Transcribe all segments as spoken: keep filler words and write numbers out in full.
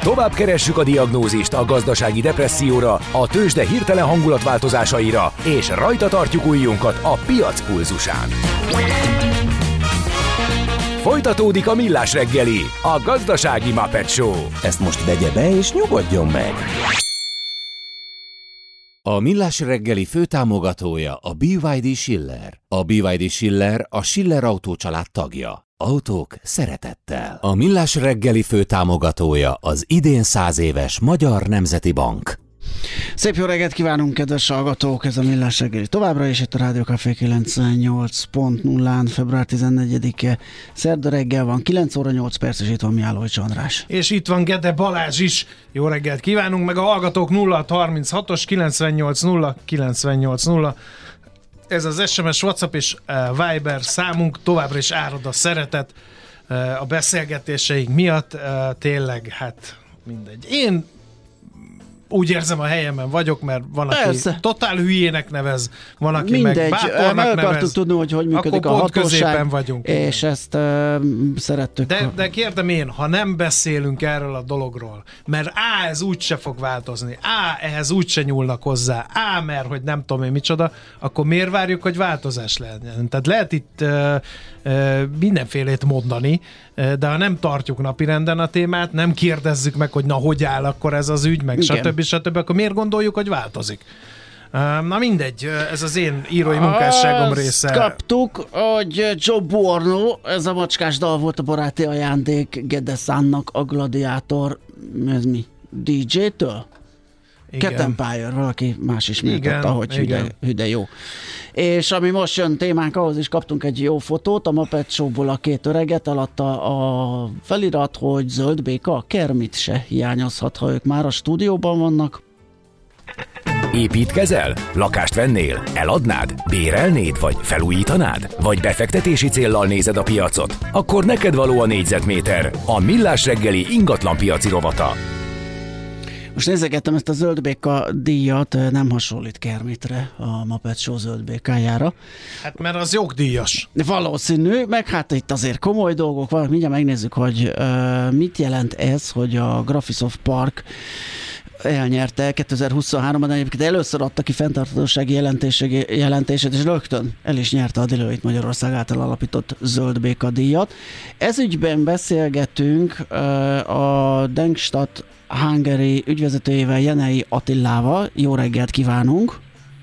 Tovább keressük a diagnózist a gazdasági depresszióra, a tőzsde hirtelen hangulatváltozásaira, és rajta tartjuk ujjunkat a piac pulzusán. Folytatódik a Millás reggeli, a gazdasági Muppet Show. Ezt most vegye be és nyugodjon meg! A Millás reggeli főtámogatója a bé vé dé Schiller. A bé vé dé Schiller a Schiller Autó család tagja. Autók szeretettel. A Millás reggeli főtámogatója az idén száz éves Magyar Nemzeti Bank. Szép jó reggelt kívánunk, kedves hallgatók! Ez a Millás reggeli továbbra is itt a Rádió Café kilencvennyolc pont nullán, február tizennegyedike, szerda reggel van, kilenc óra nyolc perc, és itt van Mihálovics András. És itt van Gede Balázs is. Jó reggelt kívánunk, meg a hallgatók nulla harminchatos kilencvennyolc nulla kilencvennyolc nulla. Ez az es em es, WhatsApp és uh, Viber számunk, továbbra is árad a szeretet uh, a beszélgetéseink miatt. Uh, tényleg, hát mindegy. Én úgy érzem, a helyemen vagyok, mert van, aki Persze. totál hülyének nevez, van, aki mindegy, meg bátornak meg akartuk nevez. tudni, hogy hogy működik Akkor a pont hatóság, középen vagyunk. És igen. ezt uh, szerettük. De, de kérdem én, ha nem beszélünk erről a dologról, mert á, ez úgyse fog változni, á, ehhez úgyse nyúlnak hozzá, á, mert hogy nem tudom én micsoda, akkor miért várjuk, hogy változás legyen? Tehát lehet itt uh, uh, mindenfélét mondani, uh, de ha nem tartjuk napirenden a témát, nem kérdezzük meg, hogy na, hogy áll akkor ez az ügy, meg igen. stb. stb., akkor miért gondoljuk, hogy változik? Na mindegy, ez az én írói munkásságom része. Azt kaptuk, hogy Joe Buono, ez a macskás dal volt a baráti ajándék Gede Szánnak, a Gladiátor, ez mi? dé dzsé-től? Cat Empire, valaki más is működte, ahogy hüde, hüde jó. És ami most jön témánk, ahhoz is kaptunk egy jó fotót, a Muppet Show-ból a két öreget, alatta a felirat, hogy zöld béka, Kermit se hiányozhat, ha ők már a stúdióban vannak. Építkezel? Lakást vennél? Eladnád? Bérelnéd? Vagy felújítanád? Vagy befektetési céllal nézed a piacot? Akkor neked való a négyzetméter, a Millás reggeli ingatlanpiaci rovata. Most nézegettem ezt a zöldbéka díjat, nem hasonlít Kermitre, a Muppet Show zöldbékájára. Hát mert az jogdíjas. Valószínű, meg hát itt azért komoly dolgok vannak, mindjárt megnézzük, hogy uh, mit jelent ez, hogy a Graphisoft Park elnyerte kétezer-huszonháromban, egyébként először adta ki fenntarthatósági jelentését, és rögtön el is nyerte a Deloitte Magyarország által alapított zöldbéka díjat. Ez ügyben beszélgetünk uh, a Denkstadt Hungary ügyvezetőjével, Jenei Attilával. Jó reggelt kívánunk!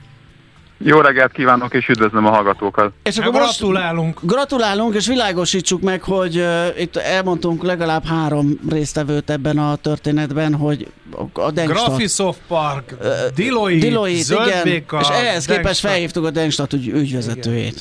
Jó reggelt kívánok, és üdvözlöm a hallgatókat! És akkor gratulálunk! Gratulálunk, és világosítsuk meg, hogy uh, itt elmondtunk legalább három résztvevőt ebben a történetben, hogy a Denkstadt... Graphisoft Park, uh, Deloitte, Deloitte zöldbéka... És ehhez képest felhívtuk a Denkstadt ügy, ügyvezetőjét. Igen.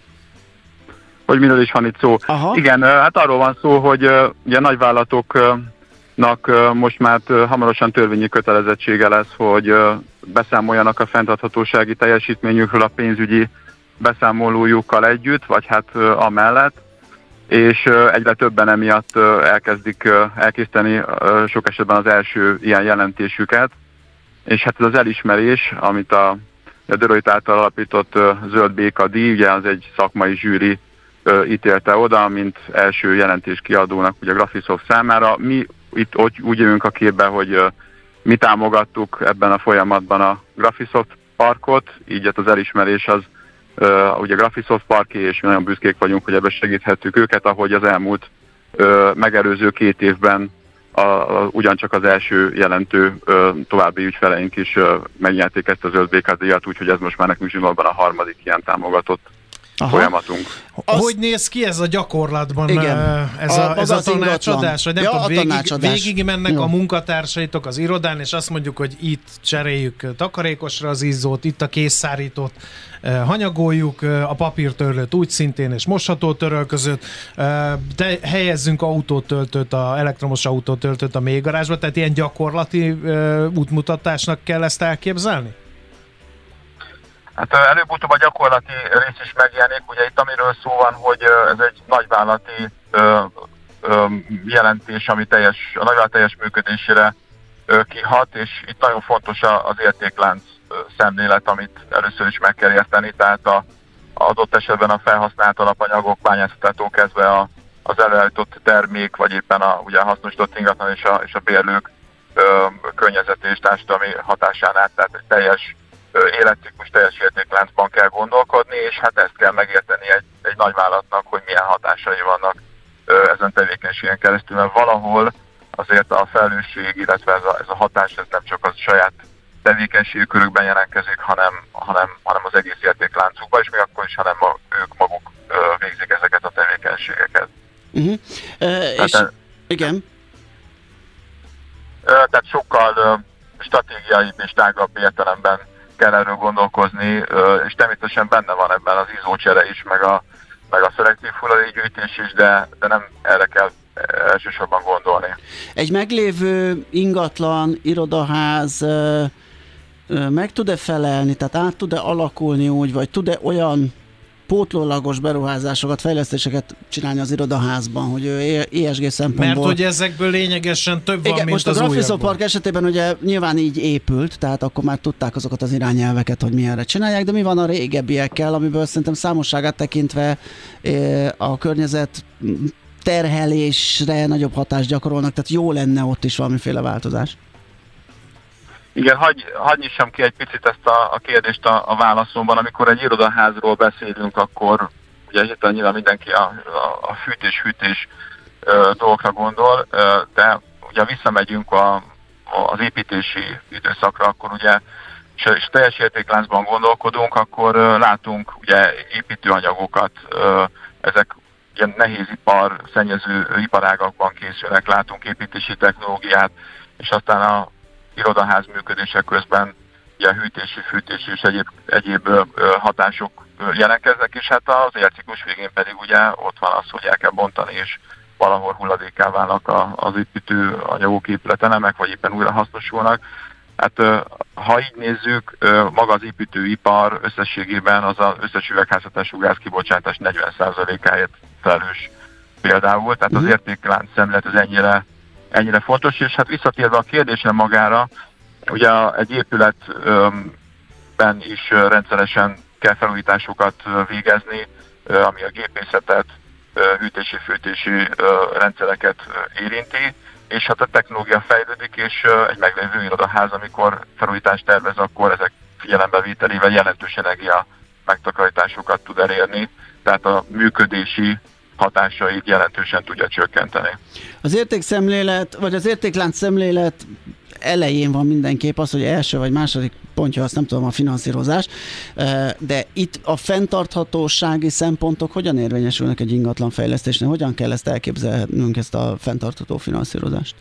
Hogy miről is van itt szó? Aha. Igen, hát arról van szó, hogy ugye nagyvállalatok most már hamarosan törvényi kötelezettsége lesz, hogy beszámoljanak a fenntarthatósági teljesítményükről a pénzügyi beszámolójukkal együtt, vagy hát amellett, és egyre többen emiatt elkezdik elkészíteni sok esetben az első ilyen jelentésüket, és hát ez az elismerés, amit a, a Deloitte által alapított zöld béka díj, ugye az egy szakmai zsűri ítélte oda, mint első jelentés kiadónak ugye a Graphisoft számára. Mi itt úgy jövünk a képbe, hogy uh, mi támogattuk ebben a folyamatban a Graphisoft Parkot, így az elismerés az uh, ugye Graphisoft Parké, és mi nagyon büszkék vagyunk, hogy ebben segíthettük őket, ahogy az elmúlt uh, megelőző két évben a, a, ugyancsak az első jelentő uh, további ügyfeleink is uh, megnyerték ezt a zöld béka díjat, úgyhogy ez most már nekünk zsinórban a harmadik ilyen támogatott Aha. folyamatunk. Azt... Hogy néz ki ez a gyakorlatban? Igen. Ez a, a, ez a tanácsadás? Vagy nem ja, tudom, végig, végig mennek Jó. a munkatársaitok az irodán, és azt mondjuk, hogy itt cseréljük takarékosra az izzót, itt a készszárítót hanyagoljuk, a papírtörlőt úgy szintén, és mosható törölközőt, de helyezzünk autótöltőt, a elektromos autótöltőt a mélygarázsba, tehát ilyen gyakorlati útmutatásnak kell ezt elképzelni? Hát előbb-utóbb a gyakorlati rész is megjelenik. Ugye itt amiről szó van, hogy ez egy nagyvállalati ö, ö, jelentés, ami teljes, a nagyvállalat teljes működésére ö, kihat, és itt nagyon fontos az értéklánc szemlélet, amit először is meg kell érteni, tehát a, a adott esetben a felhasznált alapanyagok bányászatától kezdve a, az előállított termék, vagy éppen a ugye hasznosított ingatlan és a, és a bérlők ö, környezeti és társadalmi hatásán át, tehát egy teljes ö, életciklus, teljes értékláncban kell gondolkodni, és hát ezt kell megérteni egy, egy nagyvállalatnak, hogy milyen hatásai vannak ö, ezen tevékenységen keresztül, mert valahol azért a felelősség, illetve ez a, ez a hatás, ez nem csak az saját tevékenységükörükben jelentkezik, hanem, hanem, hanem az egész értékláncukban, és még akkor is, hanem a, ők maguk ö, végzik ezeket a tevékenységeket. Uh-huh. Uh, és tehát, igen. Ö, tehát sokkal ö, stratégiai és tágabb értelemben kell erről gondolkozni, ö, és természetesen benne van ebben az izzócsere is, meg a, meg a szelektív hulladékgyűjtés is, de, de nem erre kell elsősorban gondolni. Egy meglévő ingatlan, irodaház ö, ö, meg tud-e felelni, tehát át tud-e alakulni úgy, vagy tud-e olyan pótlólagos beruházásokat, fejlesztéseket csinálni az irodaházban, hogy ő é es gé szempontból... Mert hogy ezekből lényegesen több van, igen, mint most az a Graphisoft újakból. Park esetében ugye nyilván így épült, tehát akkor már tudták azokat az irányelveket, hogy milyenre csinálják, de mi van a régebbiekkel, amiből szerintem számosságát tekintve a környezet terhelésre nagyobb hatást gyakorolnak, tehát jó lenne ott is valamiféle változás. Igen, hagy, hagy nyissam ki egy picit ezt a, a kérdést a, a válaszomban. Amikor egy irodaházról beszélünk, akkor ugye hirtelen nyilván mindenki a, a, a fűtés-hűtés ö, dolgokra gondol, ö, de ugye visszamegyünk a, a, az építési időszakra, akkor ugye és, és teljes értékláncban gondolkodunk, akkor ö, látunk ugye építőanyagokat, ö, ezek ilyen nehézipar, szennyező iparágakban készülnek, látunk építési technológiát, és aztán a irodaház működése közben ugye hűtési, fűtési és egyéb, egyéb ö, hatások jelentkeznek, és hát az életciklus végén pedig ugye ott van az, hogy el kell bontani, és valahol hulladékká válnak a, az építőanyagok, épületelemek, vagy éppen újra hasznosulnak. Hát ha így nézzük, maga az építőipar összességében az az összes üvegházhatású gázkibocsátás negyven százalékáért felelős például, tehát az értéklánc szemlélet az ennyire, ennyire fontos, és hát visszatérve a kérdésre magára, ugye egy épületben is rendszeresen kell felújításokat végezni, ami a gépészetet, hűtési-fűtési rendszereket érinti, és hát a technológia fejlődik, és egy meglévő irodaház, amikor felújítást tervez, akkor ezek figyelembevételével jelentős energia megtakarításokat tud elérni, tehát a működési hatásait jelentősen tudja csökkenteni. Az értékszemlélet, vagy az értéklánc szemlélet elején van mindenképp az, hogy első vagy második pontja, azt nem tudom, a finanszírozás, de itt a fenntarthatósági szempontok hogyan érvényesülnek egy ingatlan fejlesztésnél? Hogyan kell ezt elképzelnünk, ezt a fenntartható finanszírozást?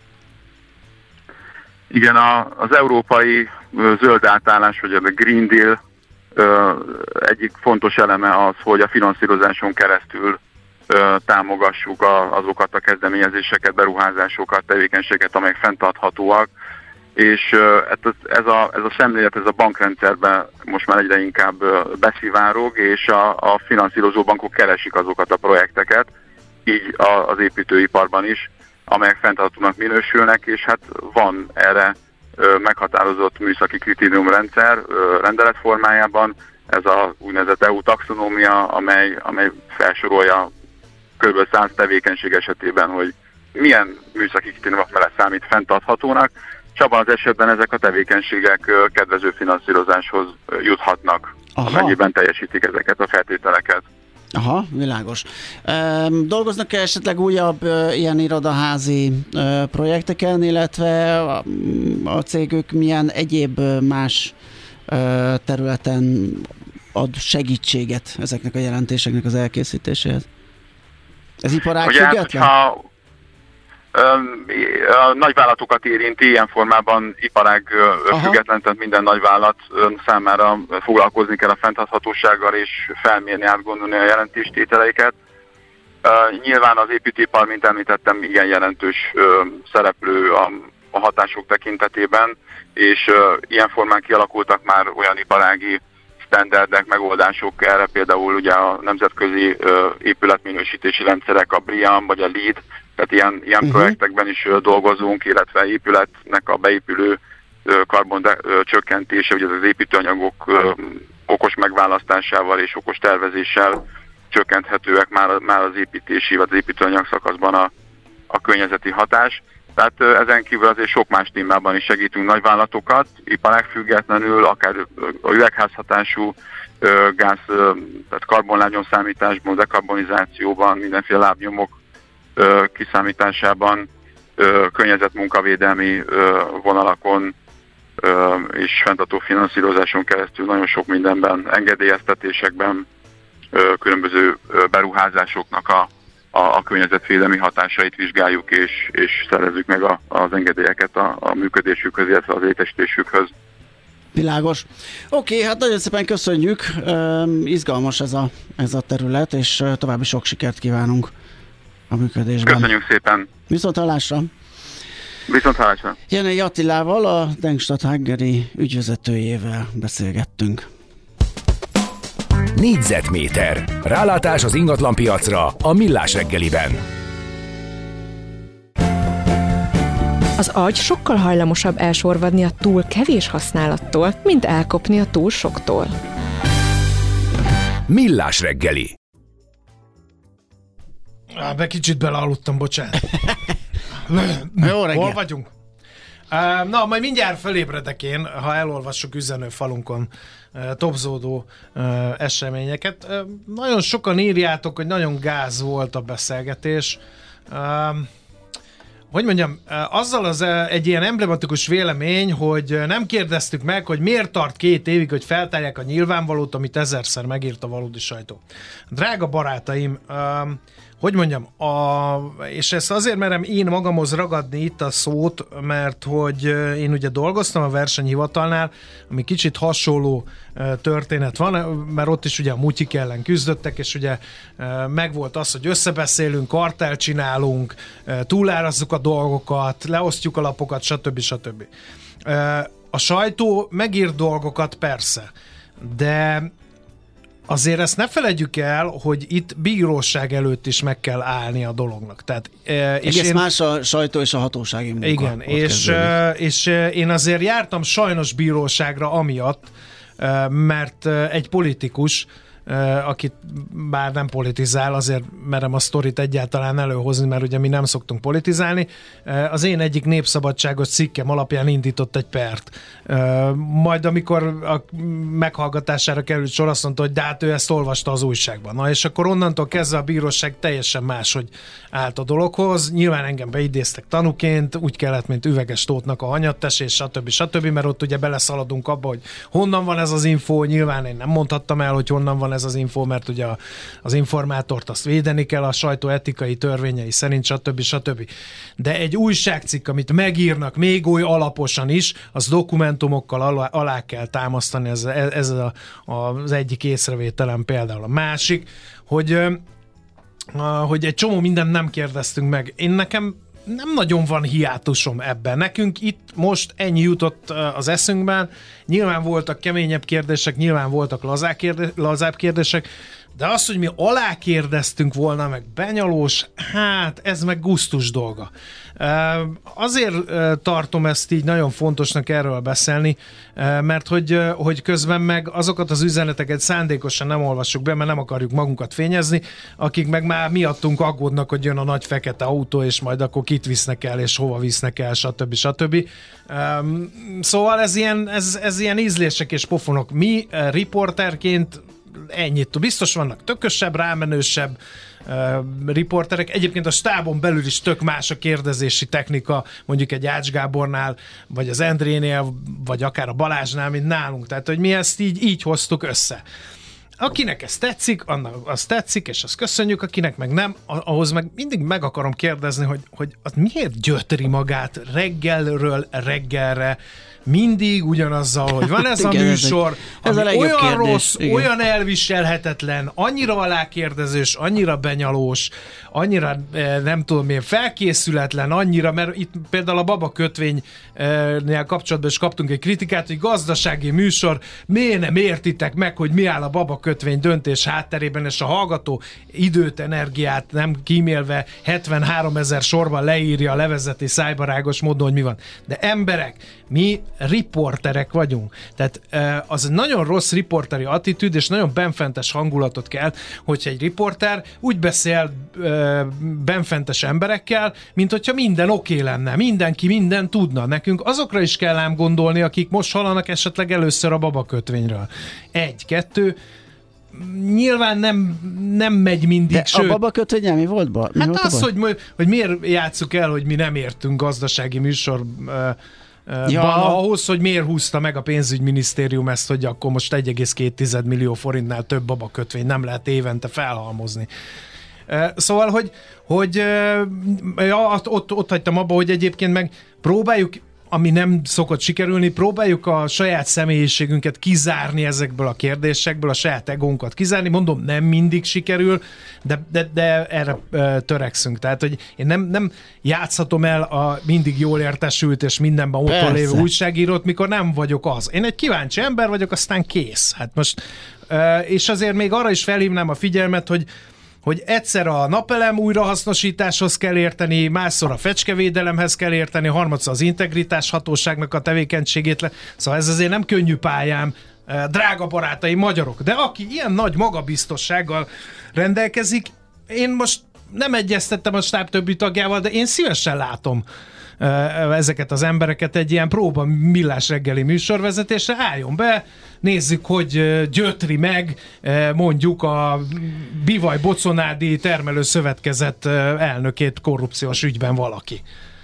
Igen, a, az európai zöld átállás, vagy a Green Deal egyik fontos eleme az, hogy a finanszírozáson keresztül támogassuk a, azokat a kezdeményezéseket, beruházásokat, tevékenységeket, amelyek fenntarthatóak, és ez a, ez a szemlélet, ez a bankrendszerben most már egyre inkább beszivárog, és a, a finanszírozó bankok keresik azokat a projekteket, így az építőiparban is, amelyek fenntarthatónak minősülnek, és hát van erre meghatározott műszaki kritériumrendszer rendelet formájában, ez a úgynevezett é u taxonómia, amely, amely felsorolja kb. száz tevékenység esetében, hogy milyen műszaki kritériumok mellett számít fenntarthatónak, és abban az esetben ezek a tevékenységek kedvező finanszírozáshoz juthatnak, amennyiben teljesítik ezeket a feltételeket. Aha, világos. E, dolgoznak-e esetleg újabb e, ilyen irodaházi e, projekteken, illetve a, a cégük milyen egyéb más e, területen ad segítséget ezeknek a jelentéseknek az elkészítéséhez? Ez iparág ugye, független? Hát, a nagyvállalatokat érinti, ilyen formában iparág független, tehát minden nagyvállalat számára foglalkozni kell a fenntarthatósággal és felmérni, átgondolni a jelentéstételeiket. Nyilván az építőipar, mint említettem, igen jelentős szereplő a, a hatások tekintetében, és ilyen formán kialakultak már olyan iparági standardek, megoldások erre, például ugye a nemzetközi épületminősítési rendszerek, a BREEAM vagy a LEED, tehát ilyen, ilyen uh-huh. projektekben is dolgozunk, illetve épületnek a beépülő karbon csökkentése, ugye az építőanyagok okos megválasztásával és okos tervezéssel csökkenthetőek már, már az építési vagy az építőanyag szakaszban a, a környezeti hatás. Tehát ezen kívül azért sok más témában is segítünk nagyvállalatokat, iparág függetlenül, akár a üvegházhatású gáz, tehát karbonlábnyom számításban, dekarbonizációban, mindenféle lábnyomok kiszámításában, környezetmunkavédelmi vonalakon és fenntartó finanszírozáson keresztül nagyon sok mindenben, engedélyeztetésekben, különböző beruházásoknak a, a, a környezetvédelmi hatásait vizsgáljuk, és, és szerezzük meg a, az engedélyeket a, a működésükhöz, illetve az létesítésükhöz. Világos. Oké, hát nagyon szépen köszönjük, uh, izgalmas ez a, ez a terület, és uh, további sok sikert kívánunk a működésben. Köszönjük szépen! Viszont hallásra! Viszont hallásra! Jenei Attilával, a Denkstadt Hungary ügyvezetőjével beszélgettünk. Négyzetméter. Rálátás az ingatlanpiacra a Millás reggeliben. Az agy sokkal hajlamosabb elsorvadni a túl kevés használattól, mint elkopni a túl soktól. Millás reggeli. Á, be kicsit belealudtam, bocsánat. Jó reggel. Hol vagyunk? Uh, na, majd mindjárt fölébredek én, ha elolvassuk üzenőfalunkon uh, topzódó uh, eseményeket. Uh, nagyon sokan írjátok, hogy nagyon gáz volt a beszélgetés. Uh, hogy mondjam, azzal az egy ilyen emblematikus vélemény, hogy nem kérdeztük meg, hogy miért tart két évig, hogy feltárják a nyilvánvalót, amit ezerszer megírt a valódi sajtó. Drága barátaim, hogy mondjam, a, és ezt azért merem én magamhoz ragadni itt a szót, mert hogy én ugye dolgoztam a versenyhivatalnál, ami kicsit hasonló történet van, mert ott is ugye a mutyik ellen küzdöttek, és ugye megvolt az, hogy összebeszélünk, kartelt csinálunk, túlárazzuk a dolgokat, leosztjuk a lapokat, stb. stb. A sajtó megír dolgokat, persze, de azért ezt ne feledjük el, hogy itt bíróság előtt is meg kell állni a dolognak. Tehát, és Egész én... más a sajtó és a hatósági munka. Igen, és, és én azért jártam sajnos bíróságra amiatt, mert egy politikus, akit bár nem politizál, azért merem a sztorit egyáltalán előhozni, mert ugye mi nem szoktunk politizálni, az én egyik népszabadságos cikkem alapján indított egy pert. Majd amikor a meghallgatására került sor, azt mondta, hogy de hát ő ezt olvasta az újságban. Na és akkor onnantól kezdve a bíróság teljesen máshogy állt a dologhoz. Nyilván engem beidéztek tanúként, úgy kellett, mint Üveges Tóthnak a hanyattesés, stb. stb. Mert ott ugye beleszaladunk abba, hogy honnan van ez az info, nyilván én nem mondhattam el, hogy honnan van ez az info, mert ugye az informátort azt védeni kell a sajtó etikai törvényei szerint, stb. stb. De egy újságcikk, amit megírnak még oly alaposan is, az dokumentumokkal alá, alá kell támasztani, ez, ez a, az egyik észrevételem például. A másik, hogy, hogy egy csomó mindent nem kérdeztünk meg. Én nekem nem nagyon van hiátusom ebben. Nekünk itt most ennyi jutott az eszünkben. Nyilván voltak keményebb kérdések, nyilván voltak lazák kérdé- lazább kérdések, de az, hogy mi alákérdeztünk volna, meg benyalós, hát ez meg gusztus dolga. Azért tartom ezt így nagyon fontosnak erről beszélni, mert hogy, hogy közben meg azokat az üzeneteket szándékosan nem olvassuk be, mert nem akarjuk magunkat fényezni, akik meg már miattunk aggódnak, hogy jön a nagy fekete autó, és majd akkor kit visznek el, és hova visznek el, stb. stb. Szóval ez ilyen, ez, ez ilyen ízlések és pofonok. Mi riporterként ennyit. Biztos vannak tökösebb, rámenősebb uh, riporterek. Egyébként a stábon belül is tök más a kérdezési technika, mondjuk egy Ács Gábornál, vagy az Endrénél, vagy akár a Balázsnál, mint nálunk. Tehát, hogy mi ezt így, így hoztuk össze. Akinek ez tetszik, annak az tetszik, és azt köszönjük, akinek meg nem, ahhoz meg mindig meg akarom kérdezni, hogy, hogy az miért gyötri magát reggelről reggelre, mindig ugyanazzal, hogy van ez hát, a igen, műsor, ez ami a olyan kérdés, rossz, igen. olyan elviselhetetlen, annyira alákérdezős, annyira benyalós, annyira nem tudom én, felkészületlen, annyira, mert itt például a Baba kötvénynél kapcsolatban is kaptunk egy kritikát, hogy gazdasági műsor, miért nem értitek meg, hogy mi áll a Baba kötvény babakötvény döntés hátterében, és a hallgató időt, energiát nem kímélve hetvenhárom ezer sorban leírja a levezeti szájbarágos módon, hogy mi van. De emberek, mi riporterek vagyunk. Tehát az nagyon rossz riporteri attitűd, és nagyon benfentes hangulatot kell, hogyha egy riporter úgy beszél benfentes emberekkel, mint hogyha minden oké lenne, mindenki minden tudna. Nekünk azokra is kell ám gondolni, akik most hallanak esetleg először a babakötvényről. Egy, kettő, nyilván nem, nem megy mindig, de sőt... a babakötvény mi volt ba? Mi hát volt az, ba? hogy, hogy miért játsszuk el, hogy mi nem értünk gazdasági műsor ja. ahhoz, hogy miért húzta meg a pénzügyminisztérium ezt, hogy akkor most egy egész két millió forintnál több babakötvény nem lehet évente felhalmozni. Szóval, hogy, hogy ja, ott, ott hagytam abba, hogy egyébként meg próbáljuk, ami nem szokott sikerülni, próbáljuk a saját személyiségünket kizárni ezekből a kérdésekből, a saját egónkat kizárni. Mondom, nem mindig sikerül, de, de, de erre e, törekszünk. Tehát, hogy én nem, nem játszhatom el a mindig jól értesült és mindenben otthon lévő újságírót, mikor nem vagyok az. Én egy kíváncsi ember vagyok, aztán kész. Hát most, e, és azért még arra is felhívnám a figyelmet, hogy hogy egyszer a napelem újrahasznosításhoz kell érteni, másszor a fecskevédelemhez kell érteni, harmadszor az integritás hatóságnak a tevékenységét le. Szóval ez azért nem könnyű pályám, drága barátaim magyarok. De aki ilyen nagy magabiztossággal rendelkezik, én most nem egyeztettem a stáb többi tagjával, de én szívesen látom ezeket az embereket egy ilyen próba millás reggeli műsorvezetésre, álljon be, nézzük, hogy gyötri meg mondjuk a Bivaj Boconádi termelőszövetkezet elnökét korrupciós ügyben valaki.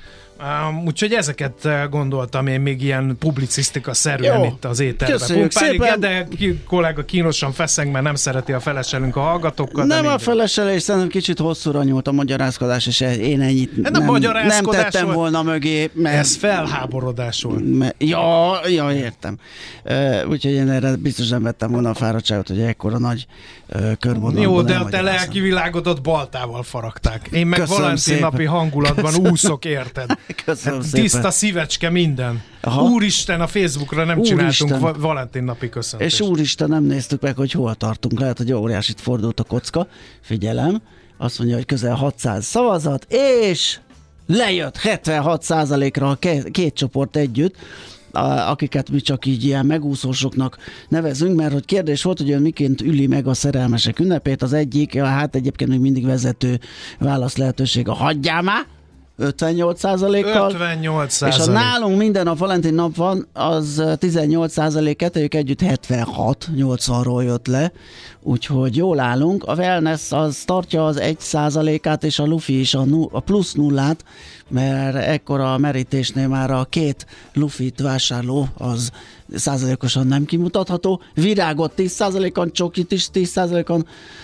Um, úgyhogy ezeket gondoltam én még ilyen publicisztika szerűen itt az éterben. Pumpálig, de ki, kollega kínosan feszeng, mert nem szereti a feleselünk a hallgatókkal. Nem a feleselés, szerintem kicsit hosszúra nyúlt a magyarázkodás, és én ennyit nem, nem, nem tettem volt. volna mögé. Mert, ez felháborodás volt. Mert, ja, ja, értem. Uh, úgyhogy én erre biztos nem vettem volna a fáradtságot, hogy ekkora nagy uh, körvonalban. Jó, de a te lelki világodat baltával faragták. Én meg Valentin napi hangulatban Köszönöm. úszok, érted? Köszönöm tiszta szépen. szívecske minden. Aha. Úristen, a Facebookra nem Úristen. csináltunk Valentin napi köszöntést. És úristen, nem néztük meg, hogy hol tartunk. Lehet, hogy óriásit fordult a kocka. Figyelem, azt mondja, hogy közel hatszáz szavazat, és lejött hetvenhat százalékra a két csoport együtt, akiket mi csak így ilyen megúszósoknak nevezünk, mert hogy kérdés volt, hogy ön miként üli meg a szerelmesek ünnepét. Az egyik, hát egyébként még mindig vezető válasz lehetőség a hagyjál már, ötvennyolc százalékkal. ötvennyolc százalék. És a nálunk minden nap Valentin nap van, az tizennyolc százalék, kettőjük együtt hetvenhat, nyolcvanról jött le, úgyhogy jól állunk. A wellness az tartja az egy százalékát, és a lufi is a, nu, a plusz nullát, mert ekkora a merítésnél már a két lufit vásárló az százalékosan nem kimutatható. Virágot tíz százalékon, csokit is tíz százalékon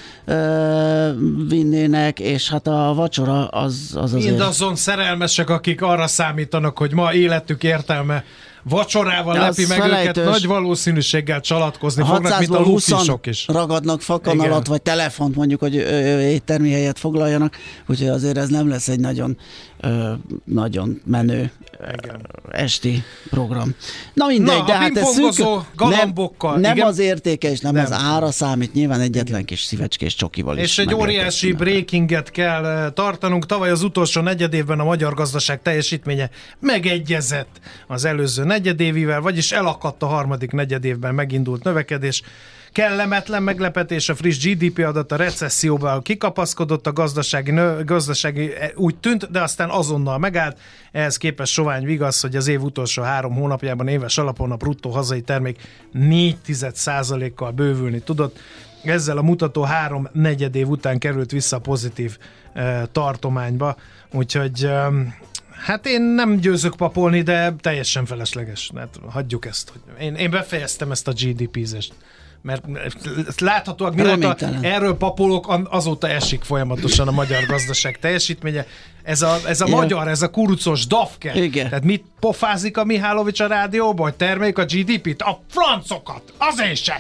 vinnének, és hát a vacsora az, az azért... Mindazon szerelmesek, akik arra számítanak, hogy ma életük értelme vacsorával de lepi meg felejtős. Őket, nagy valószínűséggel csalatkozni fognak, mint a lufisok is. Ragadnak fakanalat, vagy telefont mondjuk, hogy éttermi helyet foglaljanak, úgyhogy azért ez nem lesz egy nagyon ö, nagyon menő igen. esti program. Na mindegy, Na, de hát ez szűk, galambokkal. Nem, nem igen. az értéke, és nem, nem az ára számít, nyilván egyetlen igen. kis szívecskés csokival is. És egy óriási breakinget kell tartanunk. Tavaly az utolsó negyedévben a magyar gazdaság teljesítménye megegyezett az előző negyedévivel, vagyis elakadt a harmadik negyedévben megindult növekedés. Kellemetlen meglepetés, a friss gé dé pé adat a recesszióban kikapaszkodott, a gazdasági, nö, gazdasági úgy tűnt, de aztán azonnal megállt. Ehhez képest sovány vigasz, hogy az év utolsó három hónapjában éves alapon a bruttó hazai termék négy százalékkal bővülni tudott. Ezzel a mutató három negyed év után került vissza a pozitív eh, tartományba. Úgyhogy eh, hát én nem győzök papolni, de teljesen felesleges. Hát hagyjuk ezt. Én, én befejeztem ezt a gé dé pé-zést. Mert láthatóak, mióta erről papolok, azóta esik folyamatosan a magyar gazdaság teljesítménye. Ez a, ez a magyar, ez a kurucos dafke. Igen. Tehát mit pofázik a Mihálovics a rádióban, hogy termeljük a gé dé pét? A francokat! Azért se!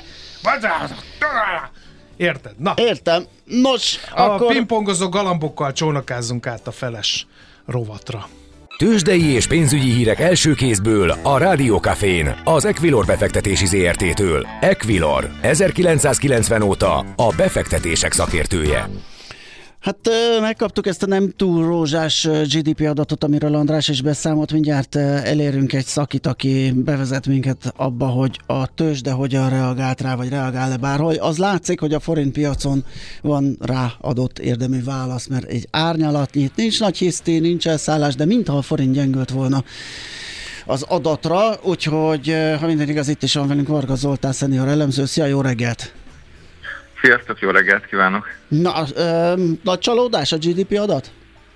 Érted? Na. Értem. Nos, a akkor... pingpongozó galambokkal csónakázzunk át a feles rovatra. Tőzsdei és pénzügyi hírek első kézből a Rádió Cafén, az Equilor befektetési zé er té-től. Equilor, ezerkilencszázkilencven óta a befektetések szakértője. Hát megkaptuk ezt a nem túl rózsás gé dé pé adatot, amiről András is beszámolt. Mindjárt elérünk egy szakit, aki bevezet minket abba, hogy a tőzsde hogyan reagált rá, vagy reagál-e bárhol. Az látszik, hogy a forint piacon van rá adott érdemű válasz, mert egy árnyalat nyit, nincs nagy hiszti, nincs elszállás, de mintha a forint gyengült volna az adatra, úgyhogy ha minden igaz, itt is van velünk Varga Zoltán, szenior elemző. Szia, jó reggelt! Sziasztok, jó reggelt kívánok! Na, ö, nagy csalódás a gé dé pé adat?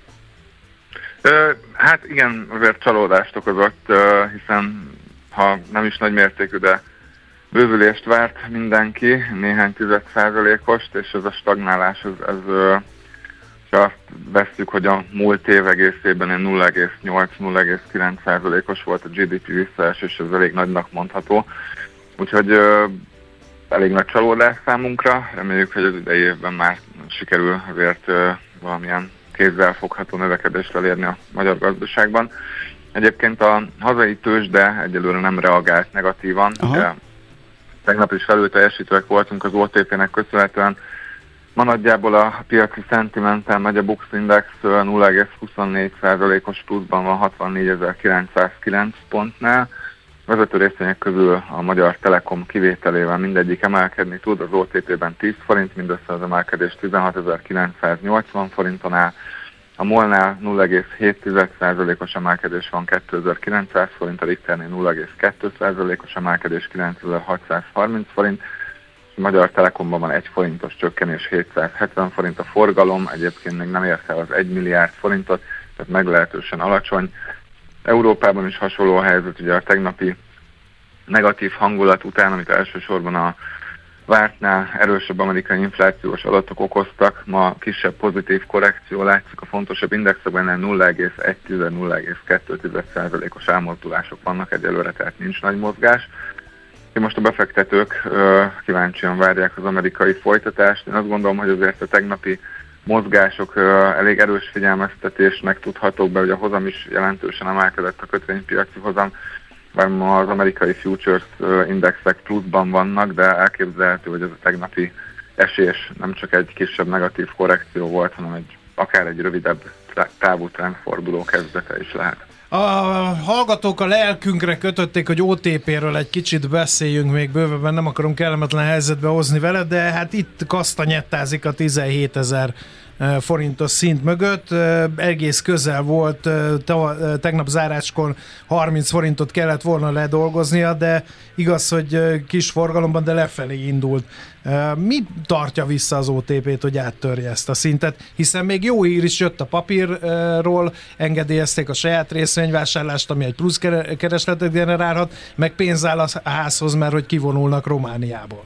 Ö, hát igen, azért csalódást okozott, ö, hiszen ha nem is nagy mértékű, de bővülést várt mindenki, néhány tized százalékost, és ez a stagnálás, ez, ez ö, ha azt vesszük, hogy a múlt év egészében nulla egész nyolc nulla egész kilenc százalékos volt a gé dé pé visszaesés, ez elég nagynak mondható. Úgyhogy ö, elég nagy csalódás számunkra, reméljük, hogy az idei évben már sikerül azért uh, valamilyen kézzelfogható növekedést elérni a magyar gazdaságban. Egyébként a hazai tőzsde egyelőre nem reagált negatívan. De tegnap is felülteljesítőek voltunk az o té pé-nek köszönhetően. Ma nagyjából a piaci szentimentel megy, a Bux Index nulla egész huszonnégy százalékos pluszban van hatvannégyezer-kilencszázkilenc pontnál. Vezető részvények közül a Magyar Telekom kivételével mindegyik emelkedni tud, az o té pé-ben tíz forint, mindössze az emelkedés tizenhatezer-kilencszáznyolcvan forinton áll. A MOL-nál nulla egész hét százalékos emelkedés van kétezer-kilencszáz forint, a Richternél nulla egész kettő százalékos emelkedés kilencezer-hatszázharminc forint, a Magyar Telekomban van egy forintos csökkenés hétszázhetven forint, a forgalom egyébként még nem ért el az egy milliárd forintot, tehát meglehetősen alacsony. Európában is hasonló a helyzet, ugye a tegnapi negatív hangulat után, amit elsősorban a vártnál erősebb amerikai inflációs adatok okoztak, ma kisebb pozitív korrekció látszik, a fontosabb indexekben nulla egész egy nulla egész kettő százalékos elmozdulások vannak egyelőre, tehát nincs nagy mozgás. Most a befektetők ö, kíváncsian várják az amerikai folytatást. Én azt gondolom, hogy azért a tegnapi mozgások ö, elég erős figyelmeztetésnek tudhatók be, hogy a hozam is jelentősen emelkedett, a kötvénypiaci hozam, bár ma az amerikai futures ö, indexek pluszban vannak, de elképzelhető, hogy ez a tegnapi esés nem csak egy kisebb negatív korrekció volt, hanem egy, akár egy rövidebb távú trendforduló kezdete is lehet. A hallgatók a lelkünkre kötötték, hogy o té pé-ről egy kicsit beszéljünk még bővebben, nem akarom kellemetlen helyzetbe hozni vele, de hát itt kasztanyettázik a tizenhétezer forintos szint mögött. Egész közel volt, tegnap záráskor harminc forintot kellett volna ledolgoznia, de igaz, hogy kis forgalomban, de lefelé indult. Mi tartja vissza az o té pét, hogy áttörje ezt a szintet? Hiszen még jó hír is jött a papírról, engedélyezték a saját részvényvásárlást, ami egy plusz keresletet generálhat, meg pénz áll a házhoz, mert hogy kivonulnak Romániából.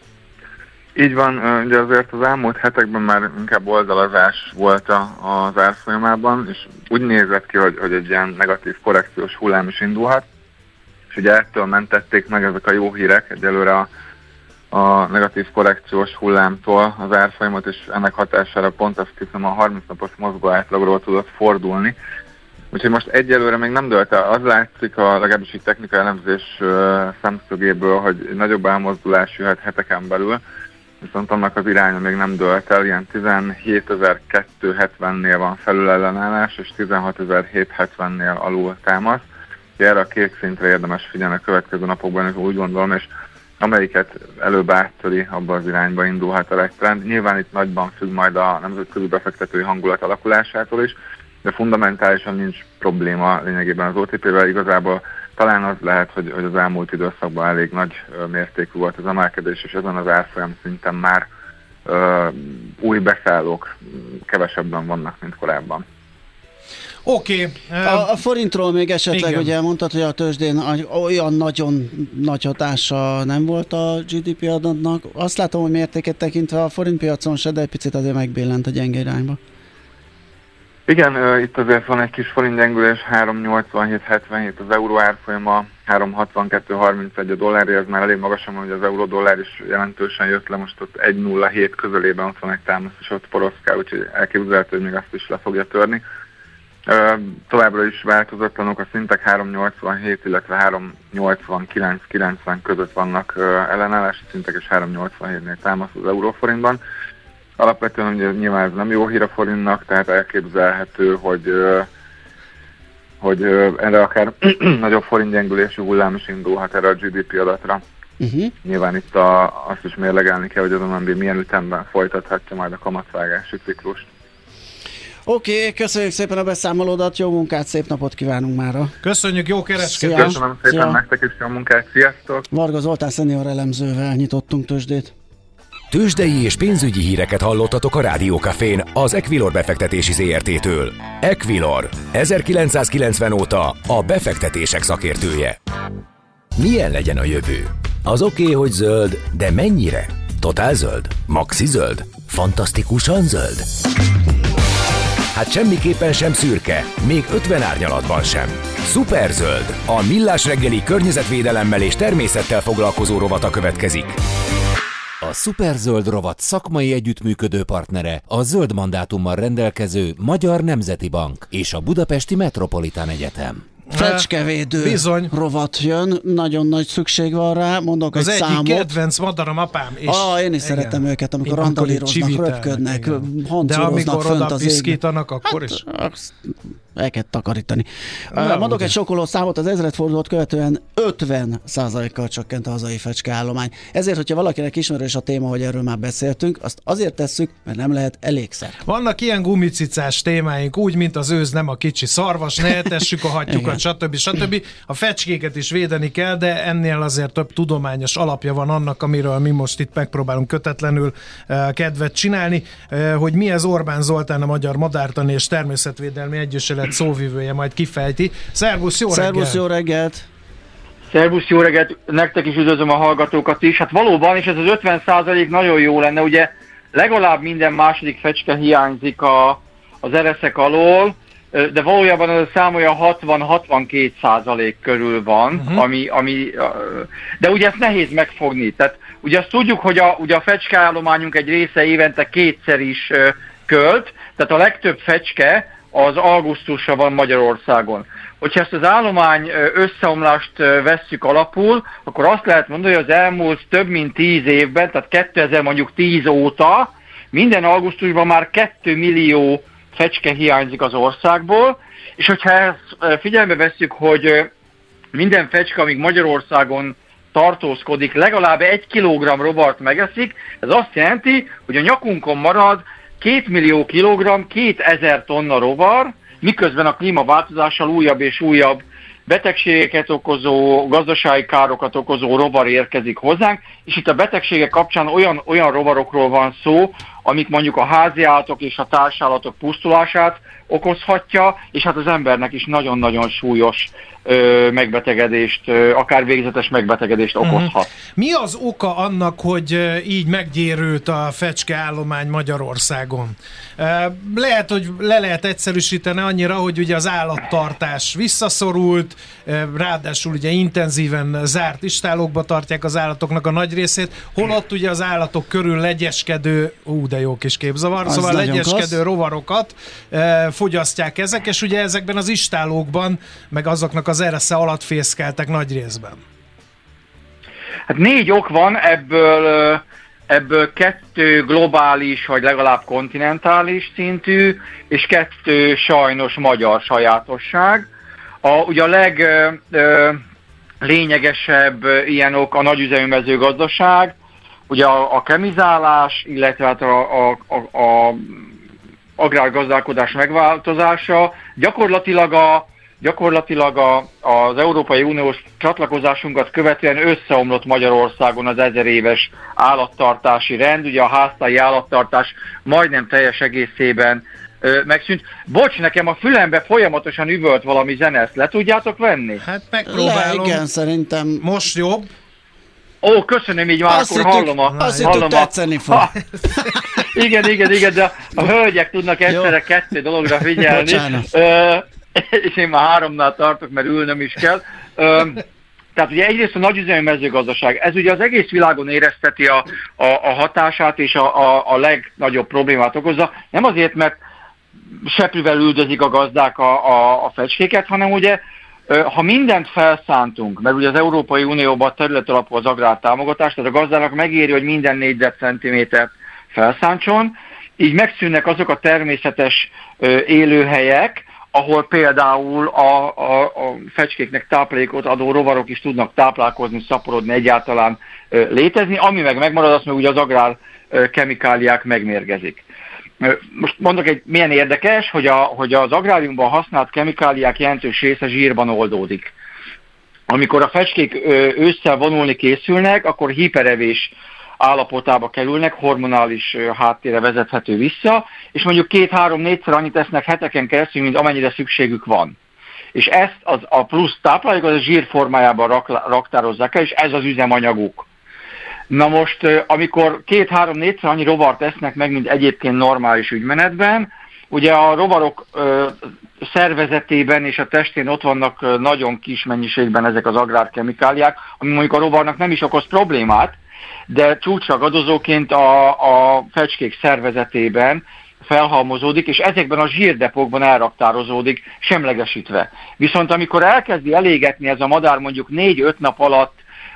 Így van, ugye azért az elmúlt hetekben már inkább oldalazás volt az árfolyamában, és úgy nézett ki, hogy, hogy egy ilyen negatív korrekciós hullám is indulhat, és ugye ettől mentették meg ezek a jó hírek egyelőre a, a negatív korrekciós hullámtól az árfolyamot, és ennek hatására pont azt hiszem a harminc napos mozgó átlagról tudott fordulni. Úgyhogy most egyelőre még nem dőlt el. Az látszik a legalábbis egy technikai elemzés szemszögéből, hogy nagyobb elmozdulás jöhet heteken belül, viszont annak az iránya még nem dőlt el, ilyen tizenhétezer-kétszázhetvennél van felülellenállás, és tizenhatezer-hétszázhetvennél alul támasz. Erre a két szintre érdemes figyelni a következő napokban, és úgy gondolom, és amelyiket előbb áttöri, abba az irányba indulhat a trend. Nyilván itt nagyban függ majd a nemzetközi befektetői hangulat alakulásától is, de fundamentálisan nincs probléma lényegében az o té pé-vel, igazából talán az lehet, hogy, hogy az elmúlt időszakban elég nagy ö, mértékű volt az emelkedés, és ezen az árfolyam szinten már ö, új beszállók kevesebben vannak, mint korábban. Oké. Okay. A, a forintról még esetleg, igen. ugye mondtad, hogy a tőzsdén olyan nagyon nagy hatása nem volt a gé dé pé adatnak. Azt látom, hogy mértéket tekintve a forintpiacon se, de egy picit azért megbillent a gyenge irányba. Igen, uh, itt azért van egy kis forintgyengülés, három nyolcvanhét hetvenhét az euró árfolyama, három hatvankettő harmincegy a dollárja, ez már elég magasan van, hogy az euró-dollár is jelentősen jött le, most ott egy nulla hét közelében ott van egy támasz, és ott poroszkál, úgyhogy elképzelhető, hogy még azt is le fogja törni. Továbbra is változatlanok a szintek, három nyolcvanhét, illetve három nyolcvankilenc kilencven között vannak ellenállási szintek, és három nyolcvanhétnél támasz az euróforintban. Alapvetően ugye, nyilván ez nem jó hír a forintnak, tehát elképzelhető, hogy, hogy erre akár nagyobb forintgyengülésű hullám is indulhat erre a gé dé pé adatra. Uh-huh. Nyilván itt a, azt is mérlegelni kell, hogy az em en bé milyen ütemben folytathatja majd a kamatvágási ciklust. Oké, okay, köszönjük szépen a beszámolódat, jó munkát, szép napot kívánunk mára. Köszönjük, jó kereskedést. Köszönöm szépen Szia. Nektek is jó munkát, sziasztok. Varga Zoltán szenior elemzővel nyitottunk tőzsdét. Tőzsdei és pénzügyi híreket hallottatok a Rádiókafén az Equilor befektetési zé er té-től. Equilor, ezerkilencszázkilencven óta a befektetések szakértője. Milyen legyen a jövő? Az oké, okay, hogy zöld, de mennyire? Totál zöld? Maxi zöld? Fantasztikusan zöld? Hát semmiképpen sem szürke, még ötven árnyalatban sem. Szuperzöld, a millás reggeli környezetvédelemmel és természettel foglalkozó rovata következik. A Szuperzöld rovat szakmai együttműködő partnere a zöld mandátummal rendelkező Magyar Nemzeti Bank és a Budapesti Metropolitán Egyetem. Fecskevédő Bizony. rovat jön, nagyon nagy szükség van rá, mondok az egy egyik számot. kedvenc madaram apám. És ah, én is igen. szeretem őket, amikor én randalíroznak, röpködnek, hancuroznak fönt az égben. akkor hát, is. El kell takarítani. Na, mondok ugye. Egy sokkoló számot, az ezredfordulót követően ötven százalékkal csökkent a hazai fecskeállomány. Ezért, hogyha valakinek ismerős a téma, hogy erről már beszéltünk, azt azért tesszük, mert nem lehet elégszer. Vannak ilyen gumicicás témáink, úgy, mint az őz nem a kicsi szarvas, ne etessük a hattyukat, stb. stb. A fecskéket is védeni kell, de ennél azért több tudományos alapja van annak, amiről mi most itt megpróbálunk kötetlenül uh, kedvet csinálni, uh, hogy mi ez Orbán Zoltán, a Magyar Madártani és Természetvédelmi Egyesület szóvivője majd kifejti. Szervusz, jó reggelt! Szervusz, jó reggelt! Szervusz, jó reggelt! Nektek is üdvözlöm a hallgatókat is. Hát valóban, és ez az ötven százalék nagyon jó lenne, ugye legalább minden második fecske hiányzik a, az ereszek alól, de valójában az a szám olyan hatvan-hatvankét százalék körül van, uh-huh. ami, ami, de ugye ezt nehéz megfogni. Tehát ugye azt tudjuk, hogy a, ugye a fecskeállományunk egy része évente kétszer is költ, tehát a legtöbb fecske az augusztusra van Magyarországon. Hogyha ezt az állomány összeomlást vesszük alapul, akkor azt lehet mondani, hogy az elmúlt több mint tíz évben, tehát kétezer mondjuk tíz óta minden augusztusban már két millió fecske hiányzik az országból, és hogyha ezt figyelme vesszük, hogy minden fecske, amíg Magyarországon tartózkodik, legalább egy kilogramm robart megeszik, ez azt jelenti, hogy a nyakunkon marad két millió kilogramm, kétezer tonna rovar, miközben a klímaváltozással újabb és újabb betegségeket okozó, gazdasági károkat okozó rovar érkezik hozzánk, és itt a betegségek kapcsán olyan, olyan rovarokról van szó, amik mondjuk a háziállatok és a társállatok pusztulását okozhatja, és hát az embernek is nagyon-nagyon súlyos ö, megbetegedést, ö, akár végzetes megbetegedést okozhat. Uh-huh. Mi az oka annak, hogy így meggyérült a fecskeállomány Magyarországon? Lehet, hogy le lehet egyszerűsíteni annyira, hogy ugye az állattartás visszaszorult, ráadásul ugye intenzíven zárt istálókba tartják az állatoknak a nagy részét, holott ugye az állatok körül legyeskedő, ú, de jó kis képzavar, az szóval legyeskedő klassz. rovarokat e, fogyasztják ezek, és ugye ezekben az istálókban, meg azoknak az eresze alatt fészkeltek nagy részben. Hát négy ok van, ebből, ebből kettő globális, vagy legalább kontinentális szintű, és kettő sajnos magyar sajátosság. A, ugye a leglényegesebb ilyen ok a nagyüzemű mezőgazdaság, ugye a, a kemizálás, illetve hát a, a, a, a agrárgazdálkodás megváltozása. Gyakorlatilag, a, gyakorlatilag a, az Európai Uniós csatlakozásunkat követően összeomlott Magyarországon az ezer éves állattartási rend. Ugye a háztáji állattartás majdnem teljes egészében ö, megszűnt. Bocs, nekem a fülembe folyamatosan üvölt valami zene, ezt le tudjátok venni? Hát megpróbálom. Le, igen, szerintem. Most jobb. Ó, köszönöm, így már azt akkor hittük, hallom a... Azt hittük, tetszeni fog. igen, igen, igen, de a hölgyek tudnak egyszerre kettő dologra figyelni. Ö, és én már háromnál tartok, mert ülnöm is kell. Ö, tehát ugye egyrészt a nagyüzemű mezőgazdaság, ez ugye az egész világon érezteti a, a, a hatását és a, a, a legnagyobb problémát okozza. Nem azért, mert seprűvel üldözik a gazdák a, a, a fecskéket, hanem ugye ha mindent felszántunk, mert ugye az Európai Unióban területalapú az agrártámogatás, tehát a gazdának megéri, hogy minden négyzetcentimétert felszántson, így megszűnnek azok a természetes élőhelyek, ahol például a, a, a fecskéknek táplálékot adó rovarok is tudnak táplálkozni, szaporodni, egyáltalán létezni, ami meg megmarad, azt meg ugye az agrárkemikáliák megmérgezik. Most mondok egy milyen érdekes, hogy, a, hogy az agráriumban használt kemikáliák jelentős része zsírban oldódik. Amikor a fecskék ősszel vonulni készülnek, akkor hiperevés állapotába kerülnek, hormonális háttérre vezethető vissza, és mondjuk két-három-négyszer annyit esznek heteken keresztül, mint amennyire szükségük van. És ezt az, a plusz táplálékot a zsír formájában rak, raktározzák el, és ez az üzemanyaguk. Na most, amikor két-három-négyszer annyi rovart esznek meg, mint egyébként normális ügymenetben, ugye a rovarok ö, szervezetében és a testén ott vannak ö, nagyon kis mennyiségben ezek az agrárkemikáliák, ami mondjuk a rovarnak nem is okoz problémát, de csúcsragadozóként a, a fecskék szervezetében felhalmozódik, és ezekben a zsírdepókban elraktározódik, semlegesítve. Viszont amikor elkezdi elégetni ez a madár mondjuk négy-öt nap alatt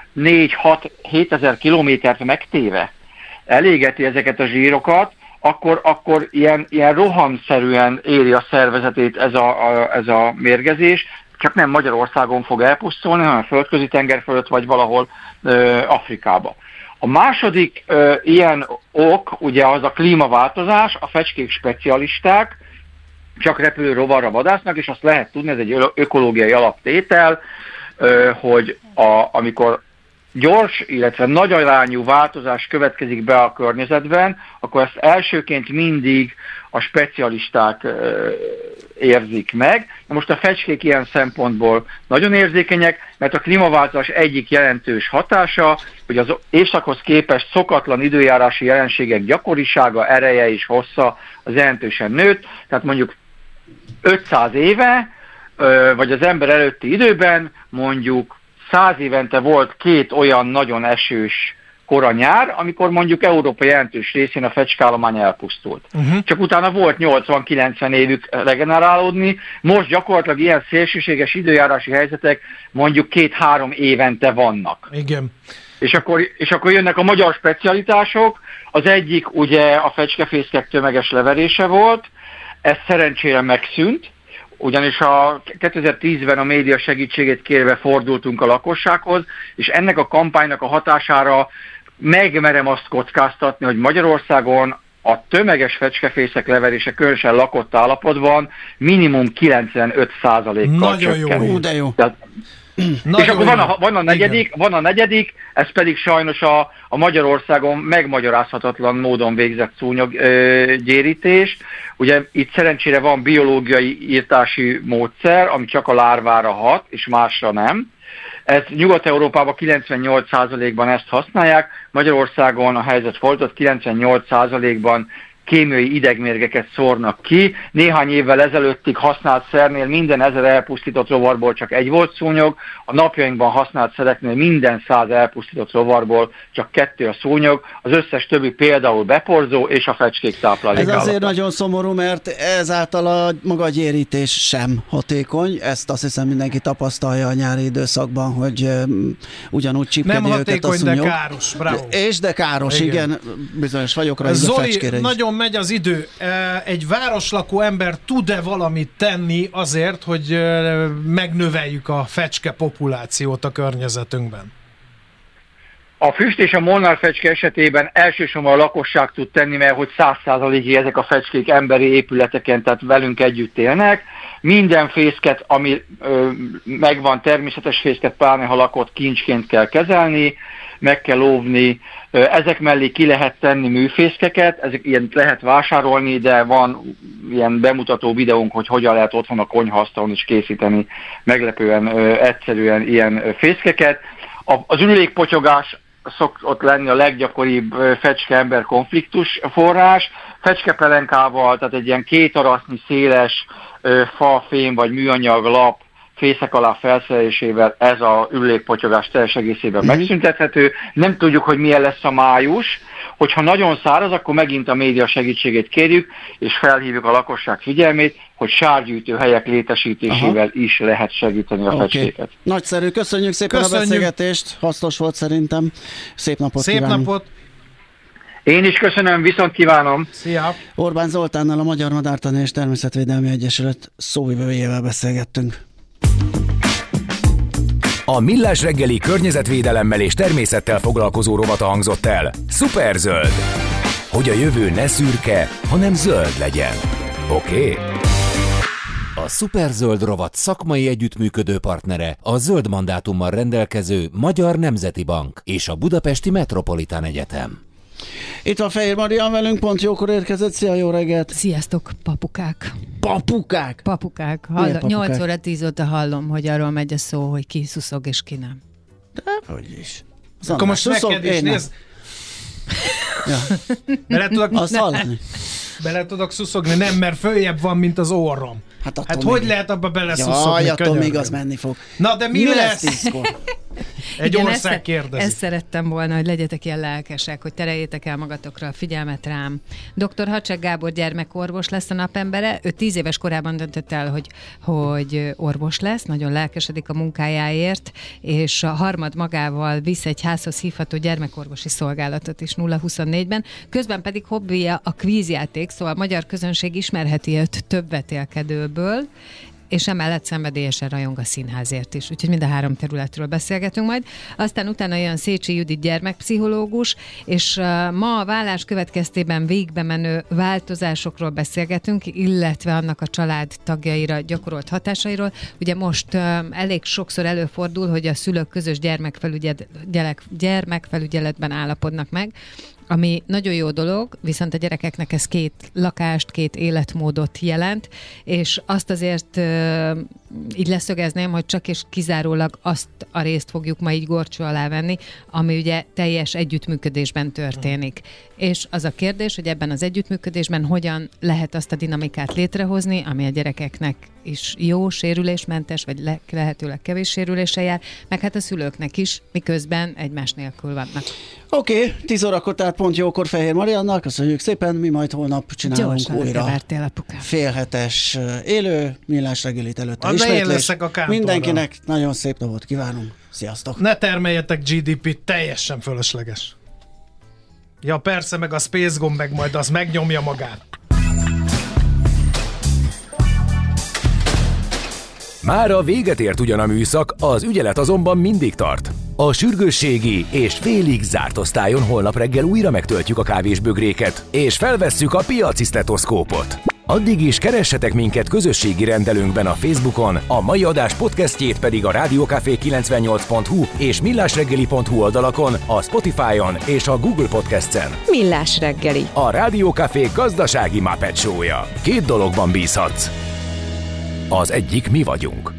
négy-hat-hétezer kilométert megtéve elégeti ezeket a zsírokat, akkor, akkor ilyen, ilyen rohamszerűen éri a szervezetét ez a, a, ez a mérgezés, csak nem Magyarországon fog elpusztulni, hanem a földközi tenger fölött, vagy valahol ö, Afrikába. A második ö, ilyen ok, ugye az a klímaváltozás, a fecskék specialisták, csak repülő rovarra vadásznak, és azt lehet tudni, ez egy ökológiai alaptétel, ö, hogy a, amikor gyors, illetve nagy arányú változás következik be a környezetben, akkor ezt elsőként mindig a specialisták ö, érzik meg. Na most a fecskék ilyen szempontból nagyon érzékenyek, mert a klímaváltozás egyik jelentős hatása, hogy az évszakhoz képest szokatlan időjárási jelenségek gyakorisága, ereje és hossza az jelentősen nőtt. Tehát mondjuk ötszáz éve, ö, vagy az ember előtti időben mondjuk száz évente volt két olyan nagyon esős kora nyár, amikor mondjuk Európa jelentős részén a fecskeállomány elpusztult. Uh-huh. Csak utána volt nyolcvan-kilencven évük regenerálódni, most gyakorlatilag ilyen szélsőséges időjárási helyzetek mondjuk két-három évente vannak. Igen. És akkor, és akkor jönnek a magyar specialitások, az egyik ugye a fecskefészkek tömeges leverése volt, ez szerencsére megszűnt, ugyanis a kétezer-tízben a média segítségét kérve fordultunk a lakossághoz, és ennek a kampánynak a hatására megmerem azt kockáztatni, hogy Magyarországon a tömeges fecskefészek leverése különösen lakott állapotban minimum kilencvenöt százalékkal csökken. Jó, de jó. Tehát, és akkor van a, van, a negyedik, van a negyedik, ez pedig sajnos a, a Magyarországon megmagyarázhatatlan módon végzett szúnyoggyérítés. Ugye itt szerencsére van biológiai írtási módszer, ami csak a lárvára hat, és másra nem. Ez Nyugat-Európában kilencvennyolc százalékban ezt használják, Magyarországon a helyzet fordított, kilencvennyolc százalékban kémiai idegmérgeket szórnak ki. Néhány évvel ezelőttig használt szernél minden ezer elpusztított rovarból csak egy volt szúnyog, a napjainkban használt szereknél minden száz elpusztított rovarból csak kettő a szúnyog, az összes többi például beporzó és a fecskék táplálék. Ez azért nagyon szomorú, mert ezáltal a maga a gyérítés sem hatékony, ezt azt hiszem mindenki tapasztalja a nyári időszakban, hogy um, ugyanúgy csipkedi őket a szúnyog. Nem hatékony, de káros, bravo. És de káros, igen, igen bizonyos vagyokra, így a fecskére is. Nagyon megy az idő. Egy városlakó ember tud-e valamit tenni azért, hogy megnöveljük a fecske populációt a környezetünkben? A füst és a molnárfecske esetében elsősorban a lakosság tud tenni, mert hogy száz százalékig ezek a fecskék emberi épületeken, tehát velünk együtt élnek. Minden fészket, ami ö, megvan, természetes fészket, pláne ha lakott, kincsként kell kezelni, meg kell óvni. Ezek mellé ki lehet tenni műfészkeket, ezek ilyen lehet vásárolni, de van ilyen bemutató videónk, hogy hogyan lehet otthon a konyhaasztalon is készíteni meglepően egyszerűen ilyen fészkeket. Az ürülékpotyogás szokott lenni a leggyakoribb fecske-ember konfliktus forrás. Fecskepelenkával, tehát egy ilyen két arasznyi széles fa, fém vagy műanyag lap fészek alá felszerelésével ez a ürülékpotyogás teljes egészében megszüntethető. Nem tudjuk, hogy milyen lesz a május. hogyha nagyon száraz, akkor megint a média segítségét kérjük, és felhívjuk a lakosság figyelmét, hogy sárgyűjtő helyek létesítésével Aha. is lehet segíteni a okay. fecskéket. Nagyszerű, köszönjük szépen köszönjük. a beszélgetést, hasznos volt szerintem. Szép napot Szép kívánunk. napot! Én is köszönöm, viszont kívánom! Szia! Orbán Zoltánnal, a Magyar Madártani és Természetvédelmi Egyesület szóvivőjével beszélgettünk. A Millás reggeli környezetvédelemmel és természettel foglalkozó rovata hangzott el. Szuperzöld! Hogy a jövő ne szürke, hanem zöld legyen. Oké? Okay? A Szuperzöld rovat szakmai együttműködő partnere a zöld mandátummal rendelkező Magyar Nemzeti Bank és a Budapesti Metropolitán Egyetem. Itt van Fehér Marian velünk, pont jókor érkezett. Szia, jó reggelt! Sziasztok, papukák! Papukák? Papukák. Hall- nyolc óra tíz óta hallom, hogy arról megy a szó, hogy ki szuszog és ki nem. De hogy is. Zannás, akkor most neked is nézd. Ja. Bele tudok, Azt hallani? Bele tudok szuszogni, nem, mert följebb van, mint az orrom. Hát, hát hogy még... lehet abba beleszuszogni? Jaj, attól még az menni fog. Na, de mi, mi lesz? lesz Egy Igen, ország ezt, kérdezi. Ezt szerettem volna, hogy legyetek ilyen lelkesek, hogy tereljétek el magatokra a figyelmet rám. doktor Hacsek Gábor gyermekorvos lesz a napembere. Ő tíz éves korában döntött el, hogy, hogy orvos lesz, nagyon lelkesedik a munkájáért, és a harmad magával visz egy házhoz hívható gyermekorvosi szolgálatot is nulla huszonnégyben. Közben pedig hobbija a kvízjáték, szóval a magyar közönség ismerheti őt több vetélkedőből, és emellett szenvedélyesen rajong a színházért is. Úgyhogy mind a három területről beszélgetünk majd. Aztán utána jön Szécsi Judit gyermekpszichológus, és uh, ma a vállás következtében végbe menő változásokról beszélgetünk, illetve annak a család tagjaira gyakorolt hatásairól. Ugye most uh, elég sokszor előfordul, hogy a szülők közös gyermekfelügyelet, gyermekfelügyeletben állapodnak meg, ami nagyon jó dolog, viszont a gyerekeknek ez két lakást, két életmódot jelent, és azt azért uh, így leszögezném, hogy csak és kizárólag azt a részt fogjuk ma így gorcsó alá venni, ami ugye teljes együttműködésben történik. Hmm. És az a kérdés, hogy ebben az együttműködésben hogyan lehet azt a dinamikát létrehozni, ami a gyerekeknek is jó, sérülésmentes, vagy le- lehetőleg kevés sérüléssel jár, meg hát a szülőknek is, miközben egymás nélkül vannak. Oké, okay, tíz órakor, tehát pont jókor Fehér Mariannak, köszönjük szépen, mi majd holnap csinálunk Gyorsan újra félhetes élő millás reggelit előtte Adna ismétlés. A Mindenkinek nagyon szép napot kívánunk, sziasztok! Ne termeljetek gé dé pét, teljesen fölösleges. Ja persze, meg a Space gomb meg majd az megnyomja magát. Mára véget ért ugyan a műszak, az ügyelet azonban mindig tart. A sürgősségi és félig zárt osztályon holnap reggel újra megtöltjük a kávésbögréket, és felvesszük a piaci sztetoszkópot. Addig is keressetek minket közösségi rendelőnkben a Facebookon, a mai adás podcastjét pedig a rádiókafé kilencvennyolc pont hu és millásreggeli pont hu oldalakon, a Spotify-on és a Google Podcast-en. Millás reggeli. A Rádiókafé gazdasági Muppet show-ja. Két dologban bízhatsz. Az egyik mi vagyunk.